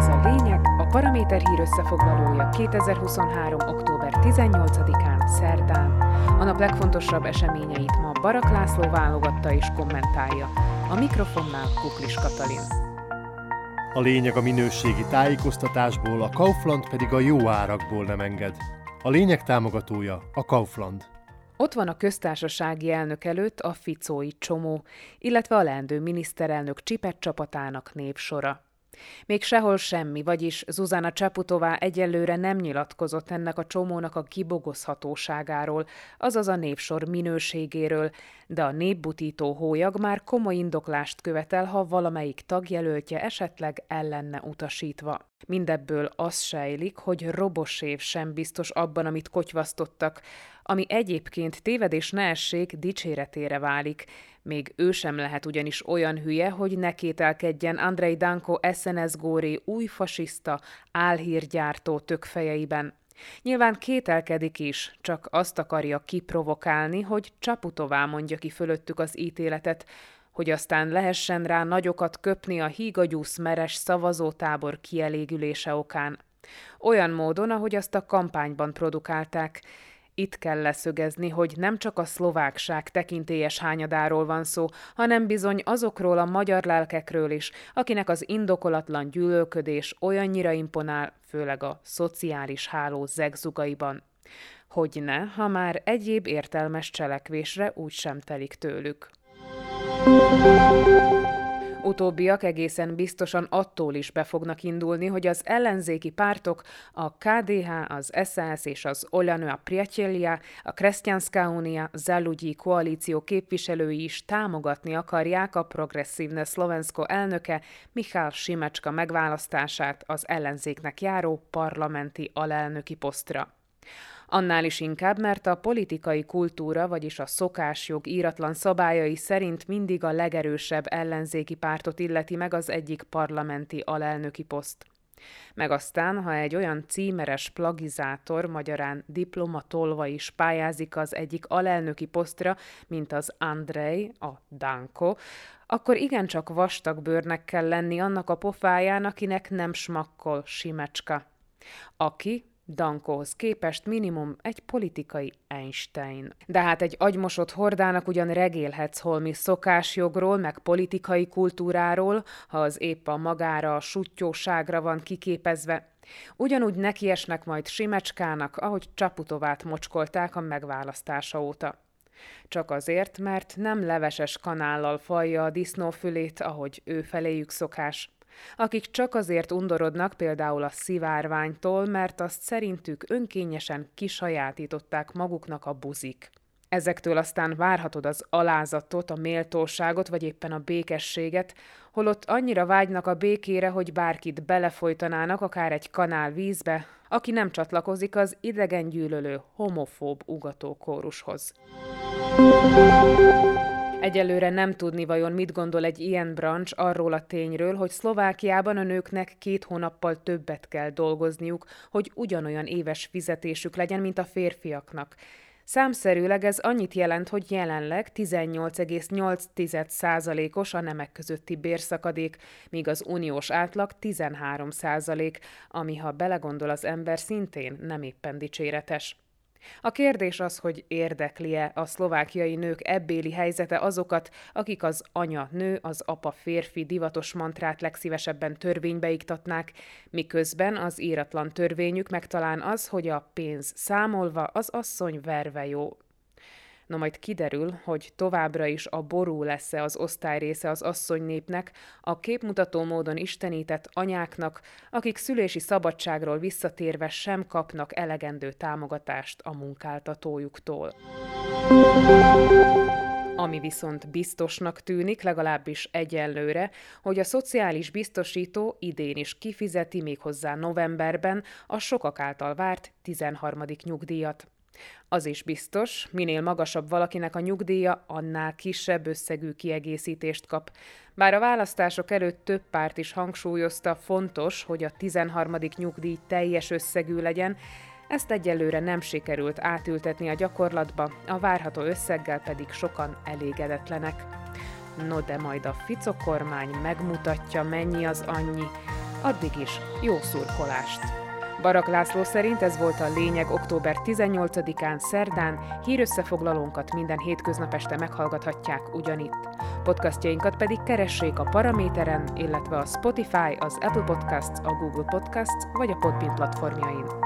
Ez a lényeg, a Paraméter hír összefoglalója 2023. október 18-án, szerdán. A nap legfontosabb eseményeit ma Barak László válogatta és kommentálja. A mikrofonnál Kuklis Katalin. A lényeg a minőségi tájékoztatásból, a Kaufland pedig a jó árakból nem enged. A lényeg támogatója a Kaufland. Ott van a köztársasági elnök előtt a ficói csomó, illetve a leendő miniszterelnök csipet csapatának névsora. Még sehol semmi, vagyis Zuzana Csaputová egyelőre nem nyilatkozott ennek a csomónak a kibogozhatóságáról, azaz a névsor minőségéről, de a népbutító hólyag már komoly indoklást követel, ha valamelyik tagjelöltje esetleg el lenne utasítva. Mindebből az sejlik, hogy Robosév sem biztos abban, amit kotyvasztottak, ami egyébként tévedés ne essék, dicséretére válik. Még ő sem lehet ugyanis olyan hülye, hogy ne kételkedjen Andrej Danko SNS-góré új fasiszta, álhírgyártó tökfejeiben. Nyilván kételkedik is, csak azt akarja kiprovokálni, hogy Csaputová mondja ki fölöttük az ítéletet, hogy aztán lehessen rá nagyokat köpni a hígagyúsz meres szavazótábor kielégülése okán. Olyan módon, ahogy azt a kampányban produkálták. Itt kell leszögezni, hogy nem csak a szlovákság tekintélyes hányadáról van szó, hanem bizony azokról a magyar lelkekről is, akinek az indokolatlan gyűlölködés olyannyira imponál, főleg a szociális háló zegzugaiban. Hogyne, ha már egyéb értelmes cselekvésre úgysem telik tőlük. Utóbbiak egészen biztosan attól is be fognak indulni, hogy az ellenzéki pártok, a KDH, az SAS és az Olano Priatelia, a Kresťanská únia, Zaludyi koalíció képviselői is támogatni akarják a Progressívne Slovensko elnöke Michal Šimečka megválasztását az ellenzéknek járó parlamenti alelnöki posztra. Annál is inkább, mert a politikai kultúra, vagyis a szokásjog íratlan szabályai szerint mindig a legerősebb ellenzéki pártot illeti meg az egyik parlamenti alelnöki poszt. Meg aztán, ha egy olyan címeres plagizátor, magyarán diplomatolva is pályázik az egyik alelnöki posztra, mint az Andrej, a Danko, akkor igencsak vastag bőrnek kell lenni annak a pofáján, akinek nem smakkol Šimečka. Aki Dankohoz képest minimum egy politikai Einstein. De hát egy agymosott hordának ugyan regélhetsz holmi szokásjogról, meg politikai kultúráról, ha az épp a magára, a suttyóságra van kiképezve. Ugyanúgy nekiesnek majd Šimečkának, ahogy Csaputovát mocskolták a megválasztása óta. Csak azért, mert nem leveses kanállal falja a disznófülét, ahogy ő feléjük szokás. Akik csak azért undorodnak például a szivárványtól, mert azt szerintük önkényesen kisajátították maguknak a buzik. Ezektől aztán várhatod az alázatot, a méltóságot, vagy éppen a békességet, holott annyira vágynak a békére, hogy bárkit belefolytanának akár egy kanál vízbe, aki nem csatlakozik az idegengyűlölő, homofób ugatókórushoz. Egyelőre nem tudni vajon mit gondol egy ilyen brancs arról a tényről, hogy Szlovákiában a nőknek 2 hónappal többet kell dolgozniuk, hogy ugyanolyan éves fizetésük legyen, mint a férfiaknak. Számszerűleg ez annyit jelent, hogy jelenleg 18,8%-os a nemek közötti bérszakadék, míg az uniós átlag 13%, ami ha belegondol az ember szintén nem éppen dicséretes. A kérdés az, hogy érdekli-e a szlovákiai nők ebbéli helyzete azokat, akik az anya-nő, az apa-férfi divatos mantrát legszívesebben törvénybe iktatnák, miközben az íratlan törvényük meg talán az, hogy a pénz számolva az asszony verve jó. No majd kiderül, hogy továbbra is a ború lesz-e az osztályrésze az asszonynépnek, a képmutató módon istenített anyáknak, akik szülési szabadságról visszatérve sem kapnak elegendő támogatást a munkáltatójuktól. Ami viszont biztosnak tűnik, legalábbis egyelőre, hogy a szociális biztosító idén is kifizeti méghozzá novemberben a sokak által várt 13. nyugdíjat. Az is biztos, minél magasabb valakinek a nyugdíja, annál kisebb összegű kiegészítést kap. Bár a választások előtt több párt is hangsúlyozta, fontos, hogy a 13. nyugdíj teljes összegű legyen, ezt egyelőre nem sikerült átültetni a gyakorlatba, a várható összeggel pedig sokan elégedetlenek. No de majd a Fico kormány megmutatja, mennyi az annyi. addig is jó szurkolást! Barak László szerint ez volt a lényeg október 18-án szerdán, hírösszefoglalónkat minden hétköznap este meghallgathatják ugyanitt. Podcastjainkat pedig keressék a Paraméteren, illetve a Spotify, az Apple Podcasts, a Google Podcasts vagy a Podbean platformjain.